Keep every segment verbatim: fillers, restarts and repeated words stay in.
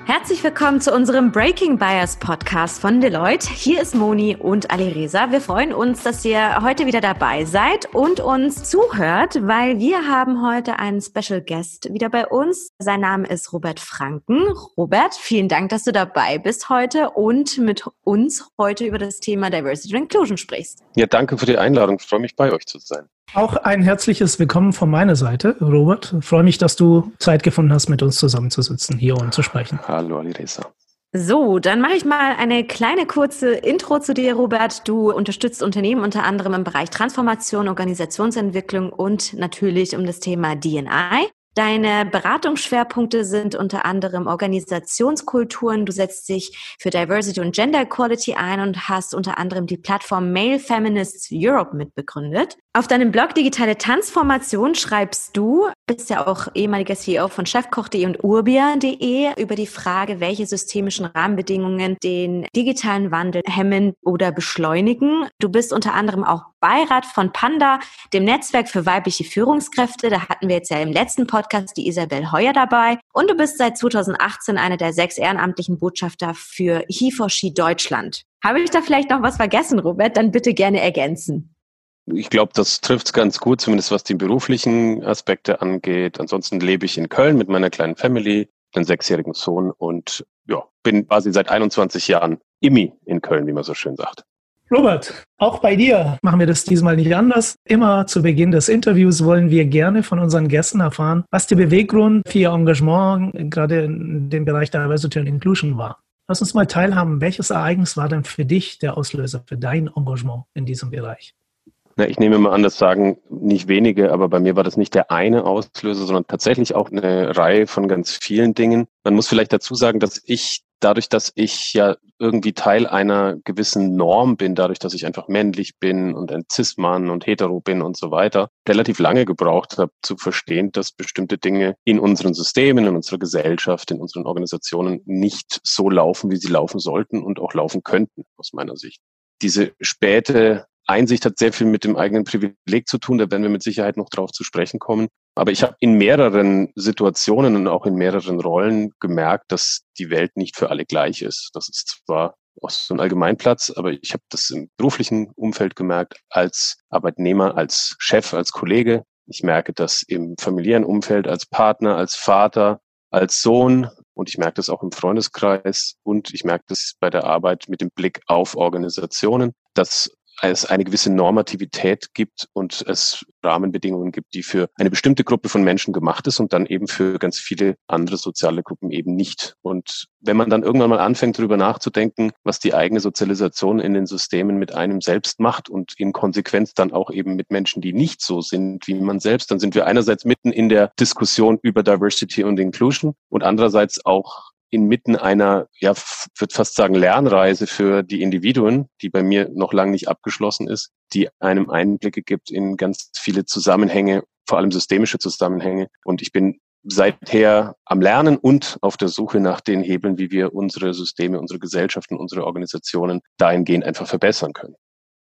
Herzlich willkommen zu unserem Breaking Bias Podcast von Deloitte. Hier ist Moni und Alireza. Wir freuen uns, dass ihr heute wieder dabei seid und uns zuhört, weil wir haben heute einen Special Guest wieder bei uns. Sein Name ist Robert Franken. Robert, vielen Dank, dass du dabei bist heute und mit uns heute über das Thema Diversity und Inclusion sprichst. Ja, danke für die Einladung. Ich freue mich, bei euch zu sein. Auch ein herzliches Willkommen von meiner Seite, Robert. Ich freue mich, dass du Zeit gefunden hast, mit uns zusammenzusitzen hier und zu sprechen. Hallo, Alireza. So, dann mache ich mal eine kleine kurze Intro zu dir, Robert. Du unterstützt Unternehmen unter anderem im Bereich Transformation, Organisationsentwicklung und natürlich um das Thema D and I. Deine Beratungsschwerpunkte sind unter anderem Organisationskulturen. Du setzt dich für Diversity und Gender Equality ein und hast unter anderem die Plattform Male Feminists Europe mitbegründet. Auf deinem Blog Digitale Transformation schreibst du, bist ja auch ehemaliger C E O von chefkoch punkt de und urbia punkt de, über die Frage, welche systemischen Rahmenbedingungen den digitalen Wandel hemmen oder beschleunigen. Du bist unter anderem auch Beirat von Panda, dem Netzwerk für weibliche Führungskräfte. Da hatten wir jetzt ja im letzten Podcast die Isabel Heuer dabei. Und du bist seit zweitausendachtzehn einer der sechs ehrenamtlichen Botschafter für He for She Deutschland. Habe ich da vielleicht noch was vergessen, Robert? Dann bitte gerne ergänzen. Ich glaube, das trifft es ganz gut, zumindest was die beruflichen Aspekte angeht. Ansonsten lebe ich in Köln mit meiner kleinen Family, einem sechsjährigen Sohn und ja, bin quasi seit einundzwanzig Jahren Immi in Köln, wie man so schön sagt. Robert, auch bei dir machen wir das diesmal nicht anders. Immer zu Beginn des Interviews wollen wir gerne von unseren Gästen erfahren, was der Beweggrund für ihr Engagement gerade in dem Bereich Diversity und Inclusion war. Lass uns mal teilhaben, welches Ereignis war denn für dich der Auslöser für dein Engagement in diesem Bereich? Na, ich nehme mal an, das sagen nicht wenige, aber bei mir war das nicht der eine Auslöser, sondern tatsächlich auch eine Reihe von ganz vielen Dingen. Man muss vielleicht dazu sagen, dass ich dadurch, dass ich ja irgendwie Teil einer gewissen Norm bin, dadurch, dass ich einfach männlich bin und ein Cis-Mann und hetero bin und so weiter, relativ lange gebraucht habe, zu verstehen, dass bestimmte Dinge in unseren Systemen, in unserer Gesellschaft, in unseren Organisationen nicht so laufen, wie sie laufen sollten und auch laufen könnten, aus meiner Sicht. Diese späte Einsicht hat sehr viel mit dem eigenen Privileg zu tun, da werden wir mit Sicherheit noch drauf zu sprechen kommen. Aber ich habe in mehreren Situationen und auch in mehreren Rollen gemerkt, dass die Welt nicht für alle gleich ist. Das ist zwar auch so ein Allgemeinplatz, aber ich habe das im beruflichen Umfeld gemerkt, als Arbeitnehmer, als Chef, als Kollege. Ich merke das im familiären Umfeld, als Partner, als Vater, als Sohn. Und ich merke das auch im Freundeskreis. Und ich merke das bei der Arbeit mit dem Blick auf Organisationen, dass es eine gewisse Normativität gibt und es Rahmenbedingungen gibt, die für eine bestimmte Gruppe von Menschen gemacht ist und dann eben für ganz viele andere soziale Gruppen eben nicht. Und wenn man dann irgendwann mal anfängt, darüber nachzudenken, was die eigene Sozialisation in den Systemen mit einem selbst macht und in Konsequenz dann auch eben mit Menschen, die nicht so sind wie man selbst, dann sind wir einerseits mitten in der Diskussion über Diversity und Inclusion und andererseits auch inmitten einer, ja, ich würde fast sagen, Lernreise für die Individuen, die bei mir noch lange nicht abgeschlossen ist, die einem Einblicke gibt in ganz viele Zusammenhänge, vor allem systemische Zusammenhänge. Und ich bin seither am Lernen und auf der Suche nach den Hebeln, wie wir unsere Systeme, unsere Gesellschaften, unsere Organisationen dahingehend einfach verbessern können.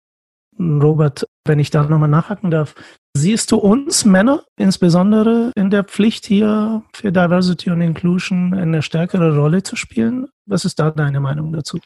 Robert, wenn ich da nochmal nachhaken darf, siehst du uns Männer insbesondere in der Pflicht hier für Diversity und Inclusion eine stärkere Rolle zu spielen? Was ist da deine Meinung dazu?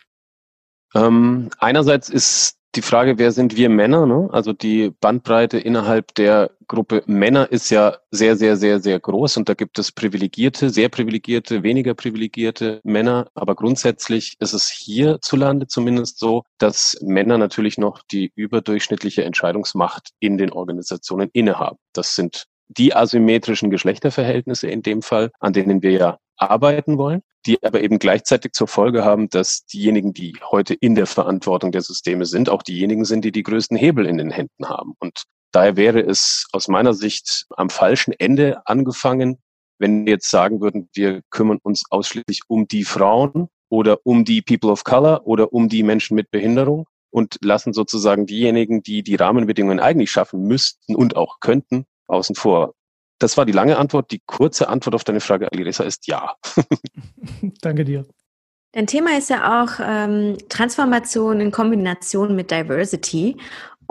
Ähm, einerseits ist die Frage, wer sind wir Männer? Ne? Also die Bandbreite innerhalb der Gruppe Männer ist ja sehr, sehr, sehr, sehr groß und da gibt es privilegierte, sehr privilegierte, weniger privilegierte Männer. Aber grundsätzlich ist es hierzulande zumindest so, dass Männer natürlich noch die überdurchschnittliche Entscheidungsmacht in den Organisationen innehaben. Das sind die asymmetrischen Geschlechterverhältnisse in dem Fall, an denen wir ja arbeiten wollen, die aber eben gleichzeitig zur Folge haben, dass diejenigen, die heute in der Verantwortung der Systeme sind, auch diejenigen sind, die die größten Hebel in den Händen haben. Und daher wäre es aus meiner Sicht am falschen Ende angefangen, wenn wir jetzt sagen würden, wir kümmern uns ausschließlich um die Frauen oder um die People of Color oder um die Menschen mit Behinderung und lassen sozusagen diejenigen, die die Rahmenbedingungen eigentlich schaffen müssten und auch könnten, außen vor. Das war die lange Antwort. Die kurze Antwort auf deine Frage, Alireza, ist ja. Danke dir. Dein Thema ist ja auch ähm, Transformation in Kombination mit Diversity.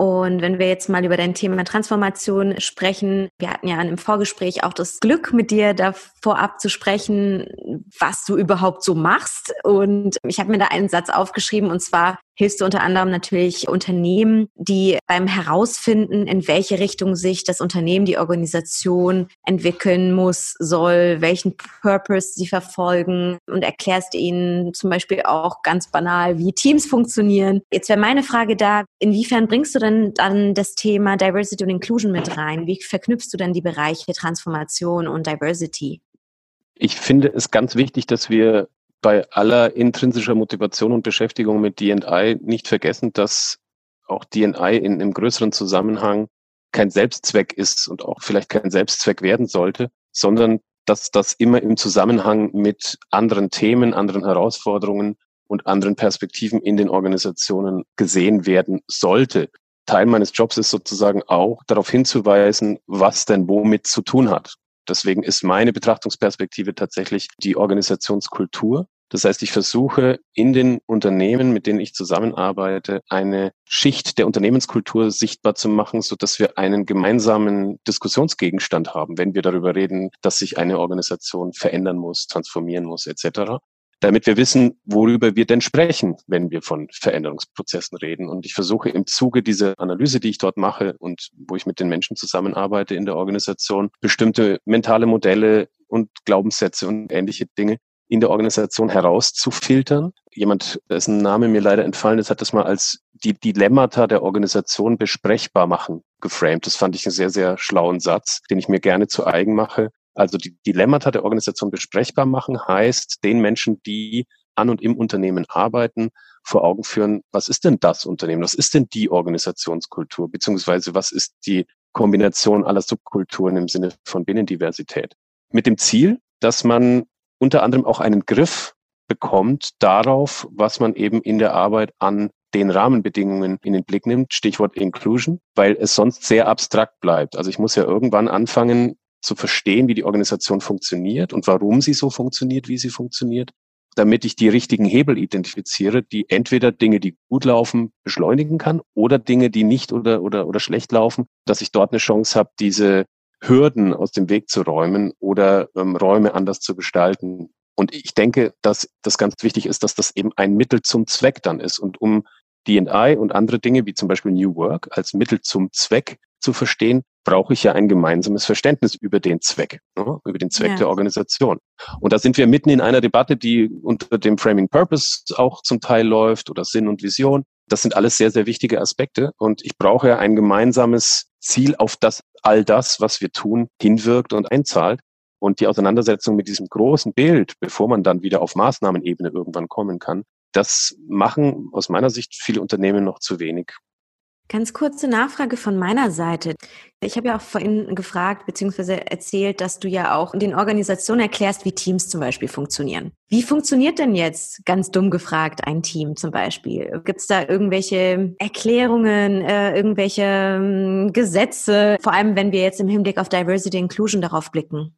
Und wenn wir jetzt mal über dein Thema Transformation sprechen, wir hatten ja im Vorgespräch auch das Glück, mit dir da vorab zu sprechen, was du überhaupt so machst. Und ich habe mir da einen Satz aufgeschrieben, und zwar hilfst du unter anderem natürlich Unternehmen, die beim Herausfinden, in welche Richtung sich das Unternehmen, die Organisation entwickeln muss, soll, welchen Purpose sie verfolgen, und erklärst ihnen zum Beispiel auch ganz banal, wie Teams funktionieren. Jetzt wäre meine Frage da, inwiefern bringst du denn dann das Thema Diversity und Inclusion mit rein? Wie verknüpfst du denn die Bereiche Transformation und Diversity? Ich finde es ganz wichtig, dass wir bei aller intrinsischer Motivation und Beschäftigung mit D and I nicht vergessen, dass auch D and I in einem größeren Zusammenhang kein Selbstzweck ist und auch vielleicht kein Selbstzweck werden sollte, sondern dass das immer im Zusammenhang mit anderen Themen, anderen Herausforderungen und anderen Perspektiven in den Organisationen gesehen werden sollte. Teil meines Jobs ist sozusagen auch darauf hinzuweisen, was denn womit zu tun hat. Deswegen ist meine Betrachtungsperspektive tatsächlich die Organisationskultur. Das heißt, ich versuche in den Unternehmen, mit denen ich zusammenarbeite, eine Schicht der Unternehmenskultur sichtbar zu machen, sodass wir einen gemeinsamen Diskussionsgegenstand haben, wenn wir darüber reden, dass sich eine Organisation verändern muss, transformieren muss, et cetera, damit wir wissen, worüber wir denn sprechen, wenn wir von Veränderungsprozessen reden. Und ich versuche im Zuge dieser Analyse, die ich dort mache und wo ich mit den Menschen zusammenarbeite in der Organisation, bestimmte mentale Modelle und Glaubenssätze und ähnliche Dinge in der Organisation herauszufiltern. Jemand, dessen Name mir leider entfallen ist, hat das mal als die Dilemmata der Organisation besprechbar machen geframed. Das fand ich einen sehr, sehr schlauen Satz, den ich mir gerne zu eigen mache. Also die Dilemmata der Organisation besprechbar machen heißt, den Menschen, die an und im Unternehmen arbeiten, vor Augen führen, was ist denn das Unternehmen? Was ist denn die Organisationskultur? Beziehungsweise was ist die Kombination aller Subkulturen im Sinne von Binnendiversität? Mit dem Ziel, dass man unter anderem auch einen Griff bekommt darauf, was man eben in der Arbeit an den Rahmenbedingungen in den Blick nimmt, Stichwort Inclusion, weil es sonst sehr abstrakt bleibt. Also ich muss ja irgendwann anfangen zu verstehen, wie die Organisation funktioniert und warum sie so funktioniert, wie sie funktioniert, damit ich die richtigen Hebel identifiziere, die entweder Dinge, die gut laufen, beschleunigen kann oder Dinge, die nicht oder oder oder schlecht laufen, dass ich dort eine Chance habe, diese Hürden aus dem Weg zu räumen oder ähm, Räume anders zu gestalten. Und ich denke, dass das ganz wichtig ist, dass das eben ein Mittel zum Zweck dann ist. Und um D and I und andere Dinge, wie zum Beispiel New Work, als Mittel zum Zweck zu verstehen, brauche ich ja ein gemeinsames Verständnis über den Zweck, ne, über den Zweck ja. der Organisation. Und da sind wir mitten in einer Debatte, die unter dem Framing Purpose auch zum Teil läuft oder Sinn und Vision. Das sind alles sehr, sehr wichtige Aspekte. Und ich brauche ja ein gemeinsames Ziel, auf das all das, was wir tun, hinwirkt und einzahlt. Und die Auseinandersetzung mit diesem großen Bild, bevor man dann wieder auf Maßnahmenebene irgendwann kommen kann, das machen aus meiner Sicht viele Unternehmen noch zu wenig. Ganz kurze Nachfrage von meiner Seite. Ich habe ja auch vorhin gefragt bzw. erzählt, dass du ja auch den Organisationen erklärst, wie Teams zum Beispiel funktionieren. Wie funktioniert denn jetzt, ganz dumm gefragt, ein Team zum Beispiel? Gibt es da irgendwelche Erklärungen, äh, irgendwelche äh, Gesetze, vor allem wenn wir jetzt im Hinblick auf Diversity and Inclusion darauf blicken?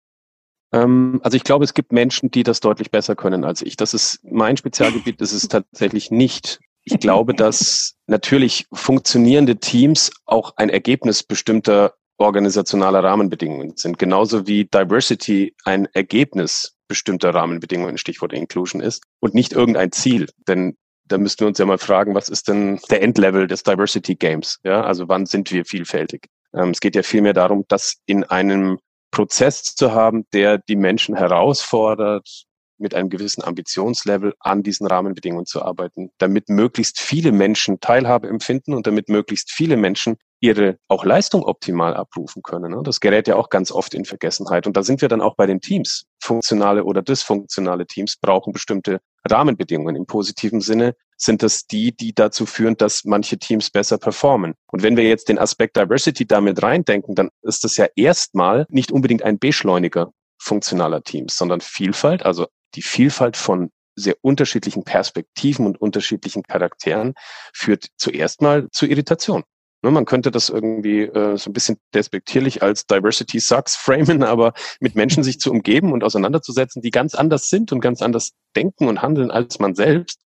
Ähm, also ich glaube, es gibt Menschen, die das deutlich besser können als ich. Das ist mein Spezialgebiet, das ist tatsächlich nicht. Ich glaube, dass natürlich funktionierende Teams auch ein Ergebnis bestimmter organisationaler Rahmenbedingungen sind. Genauso wie Diversity ein Ergebnis bestimmter Rahmenbedingungen, Stichwort Inclusion ist und nicht irgendein Ziel. Denn da müssten wir uns ja mal fragen, was ist denn der Endlevel des Diversity Games? Ja, also wann sind wir vielfältig? Ähm, es geht ja vielmehr darum, das in einem Prozess zu haben, der die Menschen herausfordert, mit einem gewissen Ambitionslevel an diesen Rahmenbedingungen zu arbeiten, damit möglichst viele Menschen Teilhabe empfinden und damit möglichst viele Menschen ihre auch Leistung optimal abrufen können. Das gerät ja auch ganz oft in Vergessenheit. Und da sind wir dann auch bei den Teams. Funktionale oder dysfunktionale Teams brauchen bestimmte Rahmenbedingungen. Im positiven Sinne sind das die, die dazu führen, dass manche Teams besser performen. Und wenn wir jetzt den Aspekt Diversity damit reindenken, dann ist das ja erstmal nicht unbedingt ein Beschleuniger funktionaler Teams, sondern Vielfalt, also die Vielfalt von sehr unterschiedlichen Perspektiven und unterschiedlichen Charakteren führt zuerst mal zu Irritation. Man könnte das irgendwie äh, so ein bisschen despektierlich als Diversity sucks framen, aber mit Menschen sich zu umgeben und auseinanderzusetzen, die ganz anders sind und ganz anders denken und handeln als man selbst,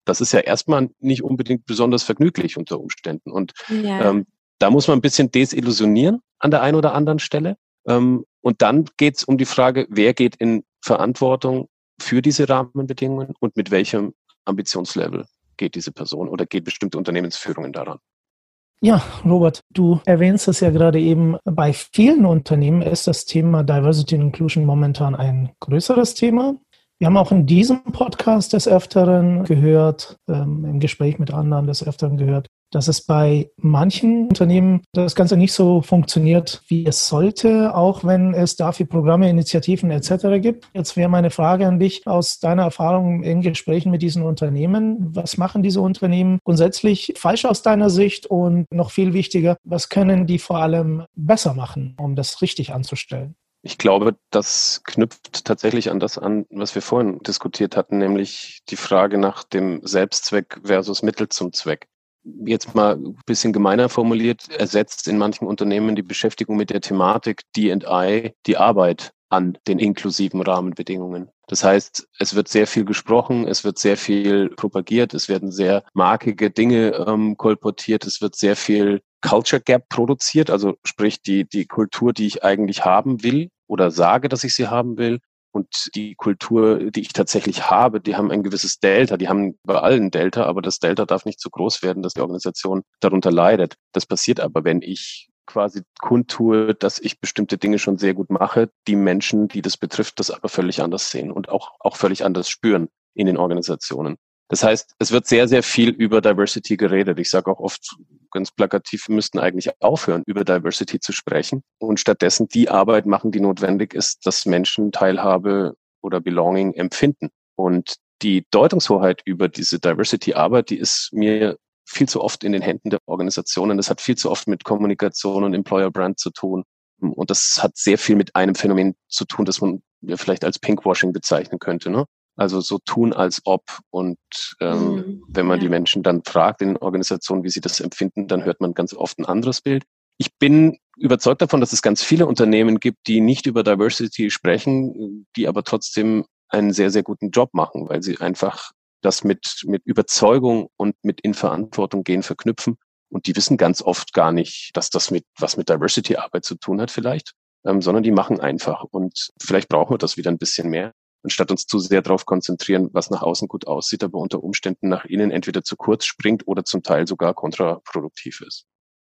Das ist ja erstmal nicht unbedingt besonders vergnüglich unter Umständen. Und Ja. ähm, da muss man ein bisschen desillusionieren an der einen oder anderen Stelle. Ähm, und dann geht es um die Frage, wer geht in Verantwortung für diese Rahmenbedingungen und mit welchem Ambitionslevel geht diese Person oder geht bestimmte Unternehmensführungen daran. Ja, Robert, du erwähnst es ja gerade eben, bei vielen Unternehmen ist das Thema Diversity and Inclusion momentan ein größeres Thema. Wir haben auch in diesem Podcast des Öfteren gehört, ähm, im Gespräch mit anderen des Öfteren gehört, dass es bei manchen Unternehmen das Ganze nicht so funktioniert, wie es sollte, auch wenn es dafür Programme, Initiativen et cetera gibt. Jetzt wäre meine Frage an dich aus deiner Erfahrung in Gesprächen mit diesen Unternehmen. Was machen diese Unternehmen grundsätzlich falsch aus deiner Sicht? Und noch viel wichtiger, was können die vor allem besser machen, um das richtig anzustellen? Ich glaube, das knüpft tatsächlich an das an, was wir vorhin diskutiert hatten, nämlich die Frage nach dem Selbstzweck versus Mittel zum Zweck. Jetzt mal ein bisschen gemeiner formuliert, ersetzt in manchen Unternehmen die Beschäftigung mit der Thematik D and I die Arbeit an den inklusiven Rahmenbedingungen. Das heißt, es wird sehr viel gesprochen, es wird sehr viel propagiert, es werden sehr markige Dinge ähm, kolportiert, es wird sehr viel Culture Gap produziert, also sprich die, die Kultur, die ich eigentlich haben will oder sage, dass ich sie haben will. Und die Kultur, die ich tatsächlich habe, die haben ein gewisses Delta. Die haben bei allen Delta, aber das Delta darf nicht so groß werden, dass die Organisation darunter leidet. Das passiert aber, wenn ich quasi kundtue, dass ich bestimmte Dinge schon sehr gut mache, die Menschen, die das betrifft, das aber völlig anders sehen und auch, auch völlig anders spüren in den Organisationen. Das heißt, es wird sehr, sehr viel über Diversity geredet. Ich sage auch oft ganz plakativ, wir müssten eigentlich aufhören, über Diversity zu sprechen und stattdessen die Arbeit machen, die notwendig ist, dass Menschen Teilhabe oder Belonging empfinden. Und die Deutungshoheit über diese Diversity-Arbeit, die ist mir viel zu oft in den Händen der Organisationen. Das hat viel zu oft mit Kommunikation und Employer Brand zu tun. Und das hat sehr viel mit einem Phänomen zu tun, das man ja vielleicht als Pinkwashing bezeichnen könnte, ne? Also so tun als ob. Und ähm, mhm, wenn man ja. die Menschen dann fragt in den Organisationen, wie sie das empfinden, dann hört man ganz oft ein anderes Bild. Ich bin überzeugt davon, dass es ganz viele Unternehmen gibt, die nicht über Diversity sprechen, die aber trotzdem einen sehr, sehr guten Job machen, weil sie einfach das mit, mit Überzeugung und mit in Verantwortung gehen verknüpfen. Und die wissen ganz oft gar nicht, dass das mit was mit Diversity-Arbeit zu tun hat vielleicht, ähm, sondern die machen einfach. Und vielleicht brauchen wir das wieder ein bisschen mehr, anstatt uns zu sehr darauf konzentrieren, was nach außen gut aussieht, aber unter Umständen nach innen entweder zu kurz springt oder zum Teil sogar kontraproduktiv ist.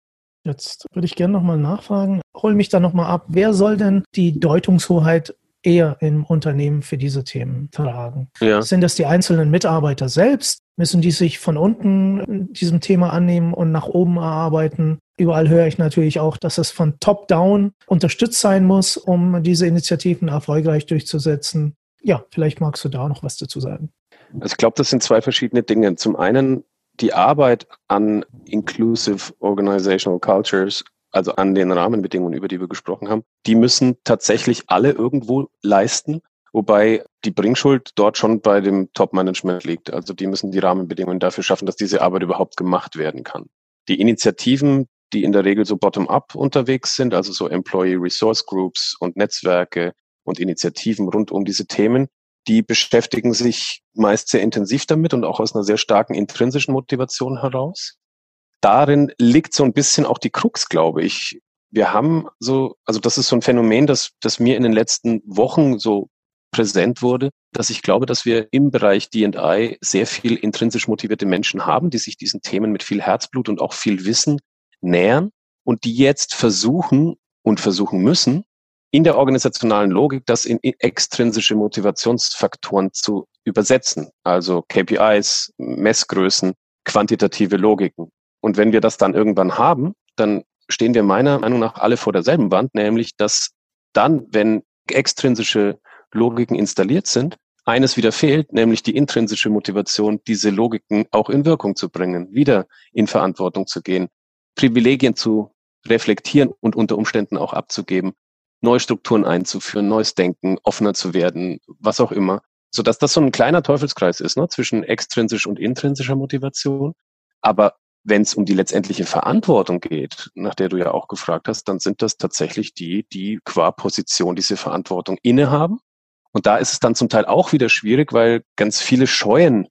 Jetzt würde ich gerne nochmal nachfragen, hol mich da nochmal ab, wer soll denn die Deutungshoheit eher im Unternehmen für diese Themen tragen? Ja. Sind das die einzelnen Mitarbeiter selbst? Müssen die sich von unten diesem Thema annehmen und nach oben erarbeiten? Überall höre ich natürlich auch, dass es von top-down unterstützt sein muss, um diese Initiativen erfolgreich durchzusetzen. Ja, vielleicht magst du da noch was dazu sagen. Also ich glaube, das sind zwei verschiedene Dinge. Zum einen die Arbeit an Inclusive Organizational Cultures, also an den Rahmenbedingungen, über die wir gesprochen haben, die müssen tatsächlich alle irgendwo leisten, wobei die Bringschuld dort schon bei dem Top-Management liegt. Also die müssen die Rahmenbedingungen dafür schaffen, dass diese Arbeit überhaupt gemacht werden kann. Die Initiativen, die in der Regel so bottom-up unterwegs sind, also so Employee Resource Groups und Netzwerke und Initiativen rund um diese Themen, die beschäftigen sich meist sehr intensiv damit und auch aus einer sehr starken intrinsischen Motivation heraus. Darin liegt so ein bisschen auch die Krux, glaube ich. Wir haben so, also das ist so ein Phänomen, das, das mir in den letzten Wochen so präsent wurde, dass ich glaube, dass wir im Bereich D and I sehr viel intrinsisch motivierte Menschen haben, die sich diesen Themen mit viel Herzblut und auch viel Wissen nähern und die jetzt versuchen und versuchen müssen, in der organisationalen Logik das in extrinsische Motivationsfaktoren zu übersetzen, also K P Is, Messgrößen, quantitative Logiken. Und wenn wir das dann irgendwann haben, dann stehen wir meiner Meinung nach alle vor derselben Wand, nämlich dass dann, wenn extrinsische Logiken installiert sind, eines wieder fehlt, nämlich die intrinsische Motivation, diese Logiken auch in Wirkung zu bringen, wieder in Verantwortung zu gehen, Privilegien zu reflektieren und unter Umständen auch abzugeben, neue Strukturen einzuführen, neues Denken, offener zu werden, was auch immer, sodass das so ein kleiner Teufelskreis ist, ne, zwischen extrinsisch und intrinsischer Motivation. Aber wenn es um die letztendliche Verantwortung geht, nach der du ja auch gefragt hast, dann sind das tatsächlich die, die qua Position diese Verantwortung innehaben. Und da ist es dann zum Teil auch wieder schwierig, weil ganz viele scheuen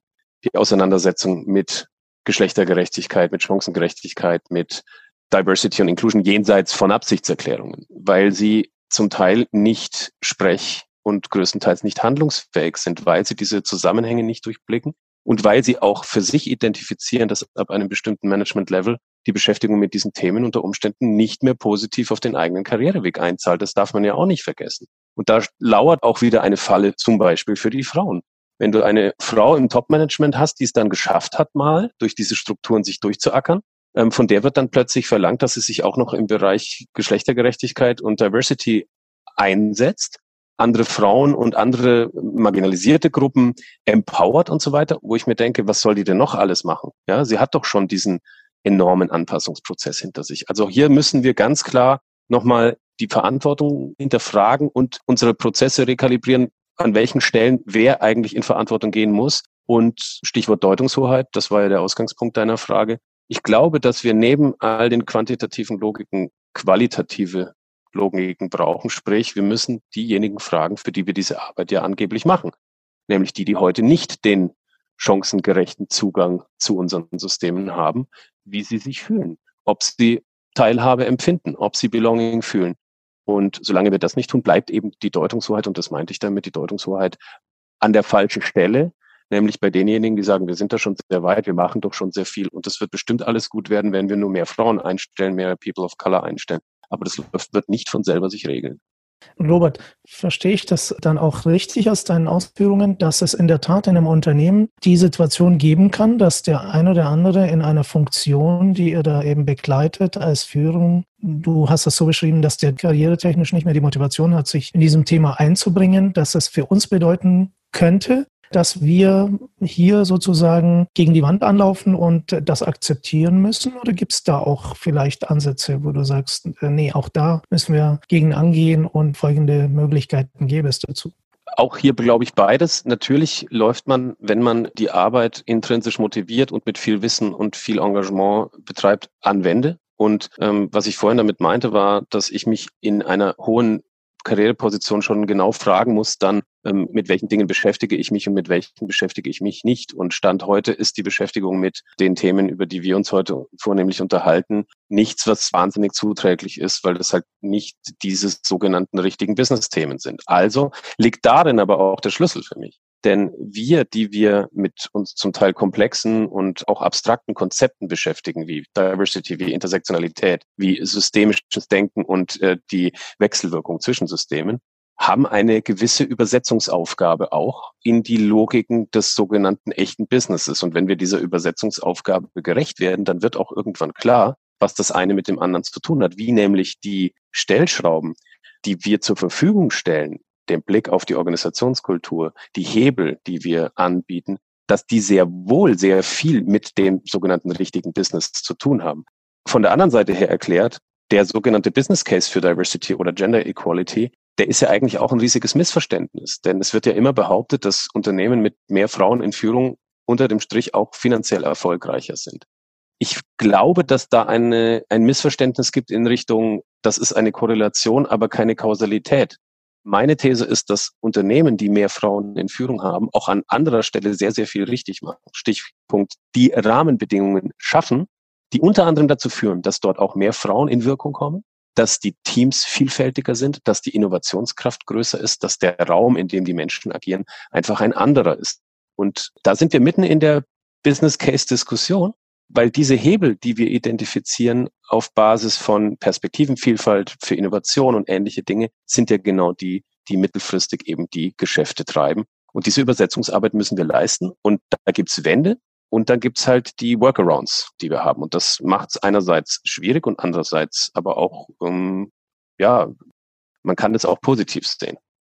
die Auseinandersetzung mit Geschlechtergerechtigkeit, mit Chancengerechtigkeit, mit Diversity und Inclusion jenseits von Absichtserklärungen, weil sie zum Teil nicht sprech- und größtenteils nicht handlungsfähig sind, weil sie diese Zusammenhänge nicht durchblicken und weil sie auch für sich identifizieren, dass ab einem bestimmten Management-Level die Beschäftigung mit diesen Themen unter Umständen nicht mehr positiv auf den eigenen Karriereweg einzahlt. Das darf man ja auch nicht vergessen. Und da lauert auch wieder eine Falle zum Beispiel für die Frauen. Wenn du eine Frau im Top-Management hast, die es dann geschafft hat, mal durch diese Strukturen sich durchzuackern, ähm, von der wird dann plötzlich verlangt, dass sie sich auch noch im Bereich Geschlechtergerechtigkeit und Diversity einsetzt, andere Frauen und andere marginalisierte Gruppen empowert und so weiter, wo ich mir denke, was soll die denn noch alles machen? Ja, sie hat doch schon diesen enormen Anpassungsprozess hinter sich. Also hier müssen wir ganz klar nochmal die Verantwortung hinterfragen und unsere Prozesse rekalibrieren, an welchen Stellen wer eigentlich in Verantwortung gehen muss. Und Stichwort Deutungshoheit, das war ja der Ausgangspunkt deiner Frage. Ich glaube, dass wir neben all den quantitativen Logiken qualitative Logiken brauchen. Sprich, wir müssen diejenigen fragen, für die wir diese Arbeit ja angeblich machen. Nämlich die, die heute nicht den chancengerechten Zugang zu unseren Systemen haben, wie sie sich fühlen. Ob sie Teilhabe empfinden, ob sie Belonging fühlen. Und solange wir das nicht tun, bleibt eben die Deutungshoheit, und das meinte ich damit, die Deutungshoheit an der falschen Stelle, nämlich bei denjenigen, die sagen, wir sind da schon sehr weit, wir machen doch schon sehr viel und das wird bestimmt alles gut werden, wenn wir nur mehr Frauen einstellen, mehr People of Color einstellen. Aber das wird nicht von selber sich regeln. Robert, verstehe ich das dann auch richtig aus deinen Ausführungen, dass es in der Tat in einem Unternehmen die Situation geben kann, dass der ein oder andere in einer Funktion, die ihr da eben begleitet als Führung, du hast das so beschrieben, dass der karrieretechnisch nicht mehr die Motivation hat, sich in diesem Thema einzubringen, dass es für uns bedeuten könnte, dass wir hier sozusagen gegen die Wand anlaufen und das akzeptieren müssen? Oder gibt es da auch vielleicht Ansätze, wo du sagst, nee, auch da müssen wir gegen angehen und folgende Möglichkeiten gäbe es dazu? Auch hier glaube ich beides. Natürlich läuft man, wenn man die Arbeit intrinsisch motiviert und mit viel Wissen und viel Engagement betreibt, an Wände. Und ähm, was ich vorhin damit meinte, war, dass ich mich in einer hohen Karriereposition schon genau fragen muss, dann ähm, mit welchen Dingen beschäftige ich mich und mit welchen beschäftige ich mich nicht. Und Stand heute ist die Beschäftigung mit den Themen, über die wir uns heute vornehmlich unterhalten, nichts, was wahnsinnig zuträglich ist, weil das halt nicht diese sogenannten richtigen Business-Themen sind. Also liegt darin aber auch der Schlüssel für mich. Denn wir, die wir mit uns zum Teil komplexen und auch abstrakten Konzepten beschäftigen, wie Diversity, wie Intersektionalität, wie systemisches Denken und äh, die Wechselwirkung zwischen Systemen, haben eine gewisse Übersetzungsaufgabe auch in die Logiken des sogenannten echten Businesses. Und wenn wir dieser Übersetzungsaufgabe gerecht werden, dann wird auch irgendwann klar, was das eine mit dem anderen zu tun hat, wie nämlich die Stellschrauben, die wir zur Verfügung stellen, den Blick auf die Organisationskultur, die Hebel, die wir anbieten, dass die sehr wohl sehr viel mit dem sogenannten richtigen Business zu tun haben. Von der anderen Seite her erklärt, der sogenannte Business Case für Diversity oder Gender Equality, der ist ja eigentlich auch ein riesiges Missverständnis. Denn es wird ja immer behauptet, dass Unternehmen mit mehr Frauen in Führung unter dem Strich auch finanziell erfolgreicher sind. Ich glaube, dass da eine, ein Missverständnis gibt in Richtung, das ist eine Korrelation, aber keine Kausalität. Meine These ist, dass Unternehmen, die mehr Frauen in Führung haben, auch an anderer Stelle sehr, sehr viel richtig machen. Stichpunkt, die Rahmenbedingungen schaffen, die unter anderem dazu führen, dass dort auch mehr Frauen in Wirkung kommen, dass die Teams vielfältiger sind, dass die Innovationskraft größer ist, dass der Raum, in dem die Menschen agieren, einfach ein anderer ist. Und da sind wir mitten in der Business-Case-Diskussion, weil diese Hebel, die wir identifizieren auf Basis von Perspektivenvielfalt für Innovation und ähnliche Dinge, sind ja genau die, die mittelfristig eben die Geschäfte treiben. Und diese Übersetzungsarbeit müssen wir leisten. Und da gibt's Wände und dann gibt's halt die Workarounds, die wir haben. Und das macht es einerseits schwierig und andererseits aber auch, ähm, ja, man kann das auch positiv sehen.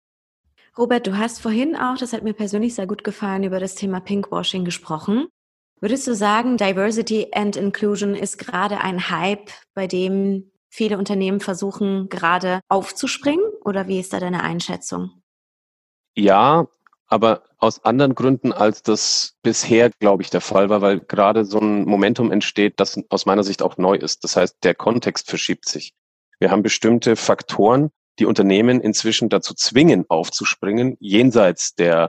Robert, du hast vorhin auch, das hat mir persönlich sehr gut gefallen, über das Thema Pinkwashing gesprochen. Würdest du sagen, Diversity and Inclusion ist gerade ein Hype, bei dem viele Unternehmen versuchen, gerade aufzuspringen? Oder wie ist da deine Einschätzung? Ja, aber aus anderen Gründen, als das bisher, glaube ich, der Fall war, weil gerade so ein Momentum entsteht, das aus meiner Sicht auch neu ist. Das heißt, der Kontext verschiebt sich. Wir haben bestimmte Faktoren, die Unternehmen inzwischen dazu zwingen, aufzuspringen, jenseits der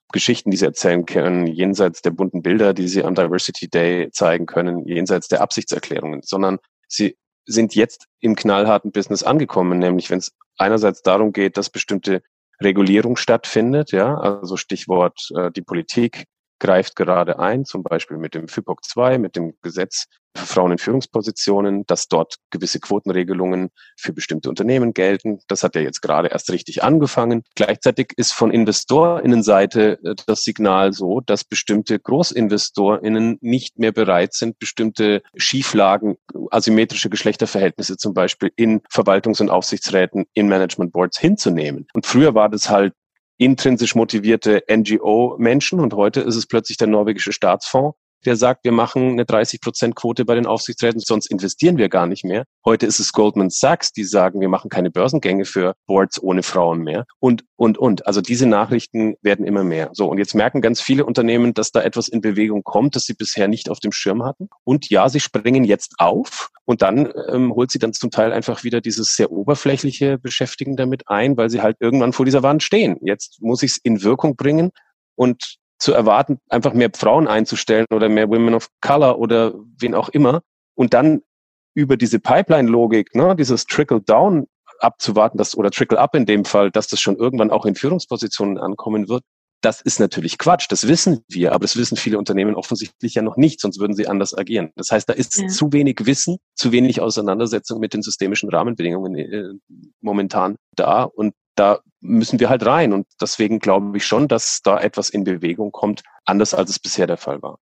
Geschichten, die sie erzählen können, jenseits der bunten Bilder, die sie am Diversity Day zeigen können, jenseits der Absichtserklärungen, sondern sie sind jetzt im knallharten Business angekommen, nämlich wenn es einerseits darum geht, dass bestimmte Regulierung stattfindet, ja, also Stichwort äh, die Politik greift gerade ein, zum Beispiel mit dem F I P O C zwei, mit dem Gesetz für Frauen in Führungspositionen, dass dort gewisse Quotenregelungen für bestimmte Unternehmen gelten. Das hat ja jetzt gerade erst richtig angefangen. Gleichzeitig ist von InvestorInnenseite das Signal so, dass bestimmte GroßinvestorInnen nicht mehr bereit sind, bestimmte Schieflagen, asymmetrische Geschlechterverhältnisse zum Beispiel in Verwaltungs- und Aufsichtsräten, in Management Boards hinzunehmen. Und früher war das halt intrinsisch motivierte N G O-Menschen und heute ist es plötzlich der norwegische Staatsfonds, der sagt, wir machen eine dreißig Prozent Quote bei den Aufsichtsräten, sonst investieren wir gar nicht mehr. Heute ist es Goldman Sachs, die sagen, wir machen keine Börsengänge für Boards ohne Frauen mehr und, und, und. Also diese Nachrichten werden immer mehr. So, und jetzt merken ganz viele Unternehmen, dass da etwas in Bewegung kommt, das sie bisher nicht auf dem Schirm hatten. Und ja, sie springen jetzt auf und dann ähm, holt sie dann zum Teil einfach wieder dieses sehr oberflächliche Beschäftigen damit ein, weil sie halt irgendwann vor dieser Wand stehen. Jetzt muss ich es in Wirkung bringen und zu erwarten, einfach mehr Frauen einzustellen oder mehr Women of Color oder wen auch immer und dann über diese Pipeline-Logik, ne, dieses Trickle-Down abzuwarten, dass, oder Trickle-Up in dem Fall, dass das schon irgendwann auch in Führungspositionen ankommen wird, das ist natürlich Quatsch, das wissen wir, aber das wissen viele Unternehmen offensichtlich ja noch nicht, sonst würden sie anders agieren. Das heißt, da ist ja. zu wenig Wissen, zu wenig Auseinandersetzung mit den systemischen Rahmenbedingungen äh, momentan da und da müssen wir halt rein. Und deswegen glaube ich schon, dass da etwas in Bewegung kommt, anders als es bisher der Fall war.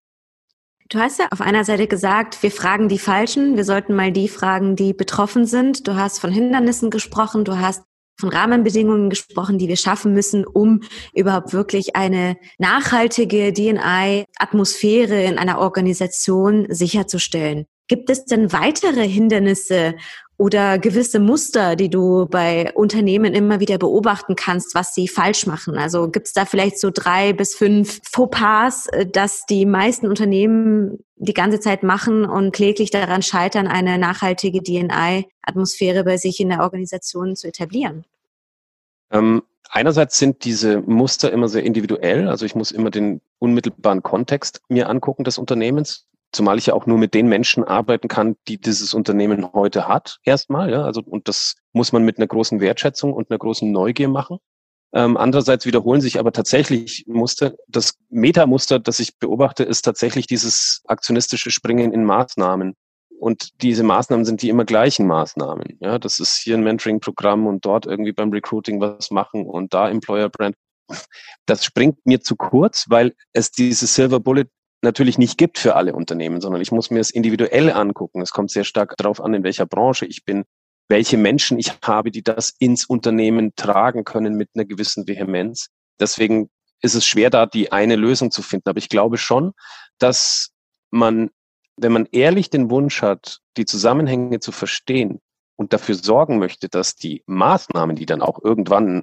Du hast ja auf einer Seite gesagt, wir fragen die Falschen, wir sollten mal die fragen, die betroffen sind. Du hast von Hindernissen gesprochen, du hast von Rahmenbedingungen gesprochen, die wir schaffen müssen, um überhaupt wirklich eine nachhaltige D and I-Atmosphäre in einer Organisation sicherzustellen. Gibt es denn weitere Hindernisse oder gewisse Muster, die du bei Unternehmen immer wieder beobachten kannst, was sie falsch machen? Also gibt es da vielleicht so drei bis fünf Fauxpas, dass die meisten Unternehmen die ganze Zeit machen und kläglich daran scheitern, eine nachhaltige D and I-Atmosphäre bei sich in der Organisation zu etablieren? Ähm, einerseits sind diese Muster immer sehr individuell. Also ich muss immer den unmittelbaren Kontext mir angucken des Unternehmens. Zumal ich ja auch nur mit den Menschen arbeiten kann, die dieses Unternehmen heute hat, erstmal, ja, also, und das muss man mit einer großen Wertschätzung und einer großen Neugier machen. Ähm, andererseits wiederholen sich aber tatsächlich Muster. Das Metamuster, das ich beobachte, ist tatsächlich dieses aktionistische Springen in Maßnahmen. Und diese Maßnahmen sind die immer gleichen Maßnahmen. Ja, das ist hier ein Mentoring-Programm und dort irgendwie beim Recruiting was machen und da Employer Brand. Das springt mir zu kurz, weil es diese Silver Bullet natürlich nicht gibt für alle Unternehmen, sondern ich muss mir es individuell angucken. Es kommt sehr stark darauf an, in welcher Branche ich bin, welche Menschen ich habe, die das ins Unternehmen tragen können mit einer gewissen Vehemenz. Deswegen ist es schwer, da die eine Lösung zu finden. Aber ich glaube schon, dass man, wenn man ehrlich den Wunsch hat, die Zusammenhänge zu verstehen und dafür sorgen möchte, dass die Maßnahmen, die dann auch irgendwann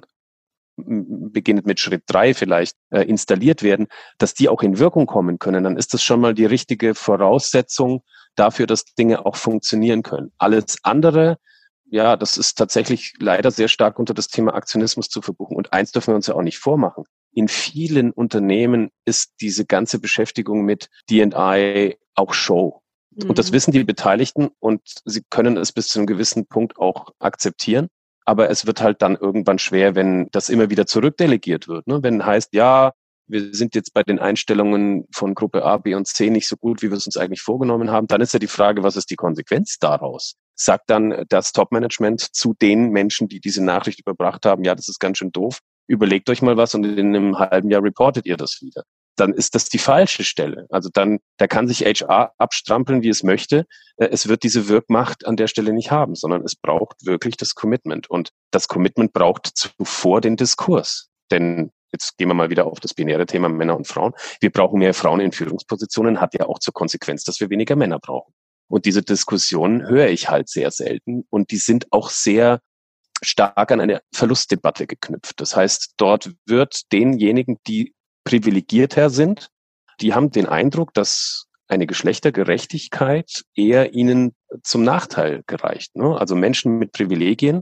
beginnend mit Schritt drei vielleicht äh, installiert werden, dass die auch in Wirkung kommen können, dann ist das schon mal die richtige Voraussetzung dafür, dass Dinge auch funktionieren können. Alles andere, ja, das ist tatsächlich leider sehr stark unter das Thema Aktionismus zu verbuchen. Und eins dürfen wir uns ja auch nicht vormachen. In vielen Unternehmen ist diese ganze Beschäftigung mit D and I auch Show. Mhm. Und das wissen die Beteiligten und sie können es bis zu einem gewissen Punkt auch akzeptieren. Aber es wird halt dann irgendwann schwer, wenn das immer wieder zurückdelegiert wird. Ne? Wenn heißt, ja, wir sind jetzt bei den Einstellungen von Gruppe A, B und C nicht so gut, wie wir es uns eigentlich vorgenommen haben, dann ist ja die Frage, was ist die Konsequenz daraus? Sagt dann das Top-Management zu den Menschen, die diese Nachricht überbracht haben, ja, das ist ganz schön doof, überlegt euch mal was und in einem halben Jahr reportet ihr das wieder. Dann ist das die falsche Stelle. Also dann, da kann sich H R abstrampeln, wie es möchte. Es wird diese Wirkmacht an der Stelle nicht haben, sondern es braucht wirklich das Commitment. Und das Commitment braucht zuvor den Diskurs. Denn jetzt gehen wir mal wieder auf das binäre Thema Männer und Frauen. Wir brauchen mehr Frauen in Führungspositionen, hat ja auch zur Konsequenz, dass wir weniger Männer brauchen. Und diese Diskussionen höre ich halt sehr selten. Und die sind auch sehr stark an eine Verlustdebatte geknüpft. Das heißt, dort wird denjenigen, die privilegierter sind, die haben den Eindruck, dass eine Geschlechtergerechtigkeit eher ihnen zum Nachteil gereicht. Ne? Also Menschen mit Privilegien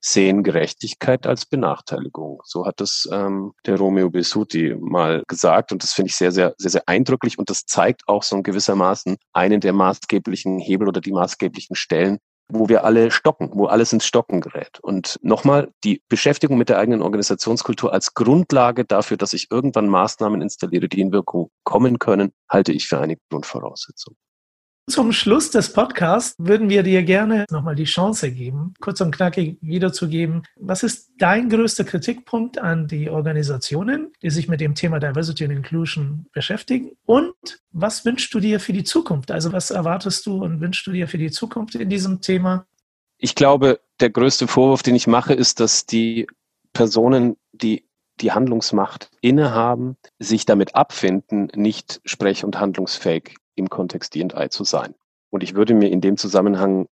sehen Gerechtigkeit als Benachteiligung. So hat es ähm, der Romeo Besutti mal gesagt und das finde ich sehr, sehr, sehr, sehr eindrücklich und das zeigt auch so in gewissermaßen einen der maßgeblichen Hebel oder die maßgeblichen Stellen, wo wir alle stocken, wo alles ins Stocken gerät. Und nochmal, die Beschäftigung mit der eigenen Organisationskultur als Grundlage dafür, dass ich irgendwann Maßnahmen installiere, die in Wirkung kommen können, halte ich für eine Grundvoraussetzung. Zum Schluss des Podcasts würden wir dir gerne nochmal die Chance geben, kurz und knackig wiederzugeben, was ist dein größter Kritikpunkt an die Organisationen, die sich mit dem Thema Diversity and Inclusion beschäftigen? Und was wünschst du dir für die Zukunft? Also was erwartest du und wünschst du dir für die Zukunft in diesem Thema? Ich glaube, der größte Vorwurf, den ich mache, ist, dass die Personen, die die Handlungsmacht innehaben, sich damit abfinden, nicht sprech- und handlungsfähig im Kontext D and I zu sein. Und ich würde mir in dem Zusammenhang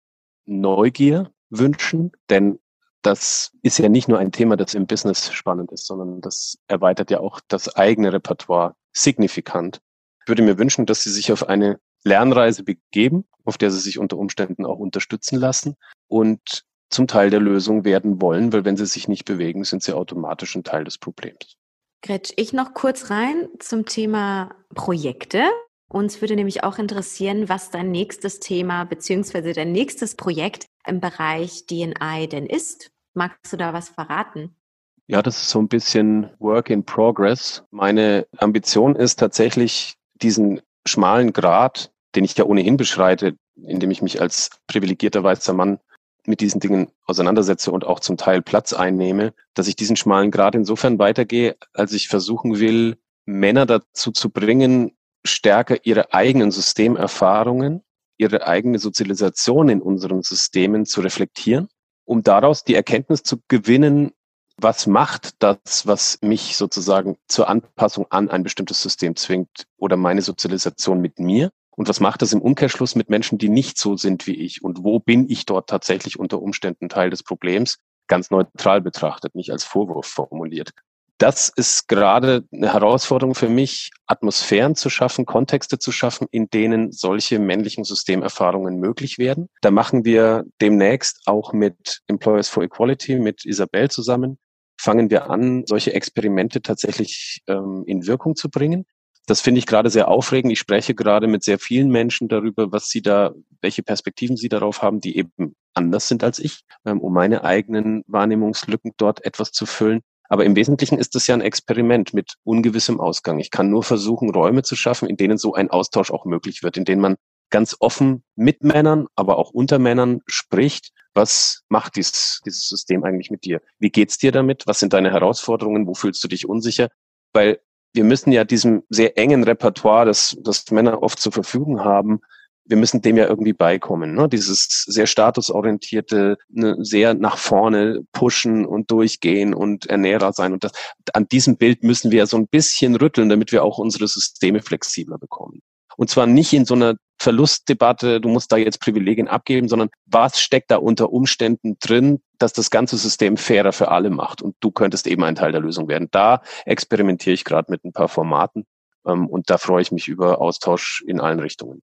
Neugier wünschen, denn das ist ja nicht nur ein Thema, das im Business spannend ist, sondern das erweitert ja auch das eigene Repertoire signifikant. Ich würde mir wünschen, dass sie sich auf eine Lernreise begeben, auf der sie sich unter Umständen auch unterstützen lassen und zum Teil der Lösung werden wollen, weil wenn sie sich nicht bewegen, sind sie automatisch ein Teil des Problems. Gretsch, ich noch kurz rein zum Thema Projekte. Uns würde nämlich auch interessieren, was dein nächstes Thema bzw. dein nächstes Projekt im Bereich D and I denn ist. Magst du da was verraten? Ja, das ist so ein bisschen Work in Progress. Meine Ambition ist tatsächlich, diesen schmalen Grat, den ich ja ohnehin beschreite, indem ich mich als privilegierter weißer Mann mit diesen Dingen auseinandersetze und auch zum Teil Platz einnehme, dass ich diesen schmalen Grat insofern weitergehe, als ich versuchen will, Männer dazu zu bringen, stärker ihre eigenen Systemerfahrungen, ihre eigene Sozialisation in unseren Systemen zu reflektieren, um daraus die Erkenntnis zu gewinnen, was macht das, was mich sozusagen zur Anpassung an ein bestimmtes System zwingt oder meine Sozialisation mit mir und was macht das im Umkehrschluss mit Menschen, die nicht so sind wie ich und wo bin ich dort tatsächlich unter Umständen Teil des Problems, ganz neutral betrachtet, nicht als Vorwurf formuliert. Das ist gerade eine Herausforderung für mich, Atmosphären zu schaffen, Kontexte zu schaffen, in denen solche männlichen Systemerfahrungen möglich werden. Da machen wir demnächst auch mit Employers for Equality, mit Isabel zusammen, fangen wir an, solche Experimente tatsächlich ähm, in Wirkung zu bringen. Das finde ich gerade sehr aufregend. Ich spreche gerade mit sehr vielen Menschen darüber, was sie da, welche Perspektiven sie darauf haben, die eben anders sind als ich, ähm, um meine eigenen Wahrnehmungslücken dort etwas zu füllen. Aber im Wesentlichen ist das ja ein Experiment mit ungewissem Ausgang. Ich kann nur versuchen, Räume zu schaffen, in denen so ein Austausch auch möglich wird, in denen man ganz offen mit Männern, aber auch unter Männern spricht. Was macht dieses, dieses System eigentlich mit dir? Wie geht's dir damit? Was sind deine Herausforderungen? Wo fühlst du dich unsicher? Weil wir müssen ja diesem sehr engen Repertoire, das, das Männer oft zur Verfügung haben, wir müssen dem ja irgendwie beikommen. Ne? Dieses sehr statusorientierte, ne, sehr nach vorne pushen und durchgehen und Ernährer sein. Und das, an diesem Bild müssen wir so ein bisschen rütteln, damit wir auch unsere Systeme flexibler bekommen. Und zwar nicht in so einer Verlustdebatte, du musst da jetzt Privilegien abgeben, sondern was steckt da unter Umständen drin, dass das ganze System fairer für alle macht. Und du könntest eben ein Teil der Lösung werden. Da experimentiere ich gerade mit ein paar Formaten ähm, und da freue ich mich über Austausch in allen Richtungen.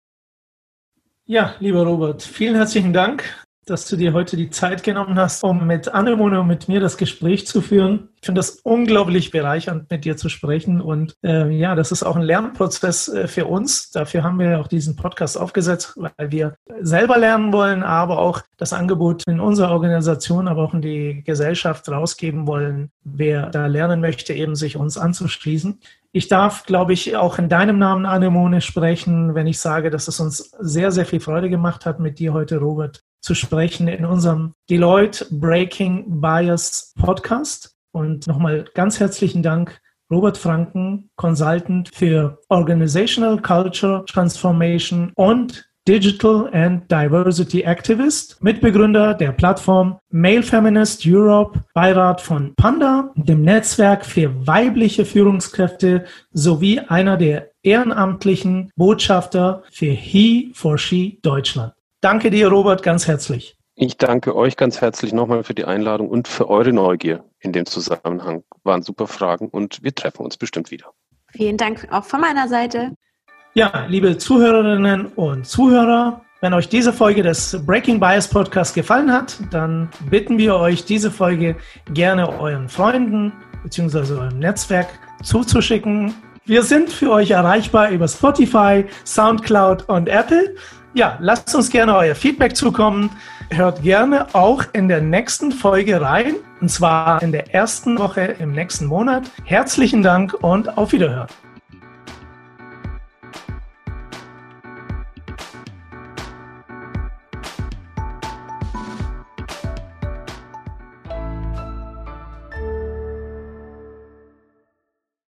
Ja, lieber Robert, vielen herzlichen Dank, dass du dir heute die Zeit genommen hast, um mit Anemone und mit mir das Gespräch zu führen. Ich finde das unglaublich bereichernd, mit dir zu sprechen. Und äh, ja, das ist auch ein Lernprozess äh, für uns. Dafür haben wir auch diesen Podcast aufgesetzt, weil wir selber lernen wollen, aber auch das Angebot in unserer Organisation, aber auch in die Gesellschaft rausgeben wollen, wer da lernen möchte, eben sich uns anzuschließen. Ich darf, glaube ich, auch in deinem Namen, Anemone, sprechen, wenn ich sage, dass es uns sehr, sehr viel Freude gemacht hat, mit dir heute, Robert, zu sprechen in unserem Deloitte Breaking Bias Podcast. Und nochmal ganz herzlichen Dank, Robert Franken, Consultant für Organizational Culture Transformation und Digital and Diversity Activist, Mitbegründer der Plattform Male Feminist Europe, Beirat von Panda, dem Netzwerk für weibliche Führungskräfte sowie einer der ehrenamtlichen Botschafter für He for She Deutschland. Danke dir, Robert, ganz herzlich. Ich danke euch ganz herzlich nochmal für die Einladung und für eure Neugier in dem Zusammenhang. Waren super Fragen und wir treffen uns bestimmt wieder. Vielen Dank auch von meiner Seite. Ja, liebe Zuhörerinnen und Zuhörer, Wenn euch diese Folge des Breaking Bias Podcast gefallen hat, dann bitten wir euch, diese Folge gerne euren Freunden bzw. eurem Netzwerk zuzuschicken. Wir sind für euch erreichbar über Spotify, Soundcloud und Apple. Ja, lasst uns gerne euer Feedback zukommen. Hört gerne auch in der nächsten Folge rein, und zwar in der ersten Woche im nächsten Monat. Herzlichen Dank und auf Wiederhören.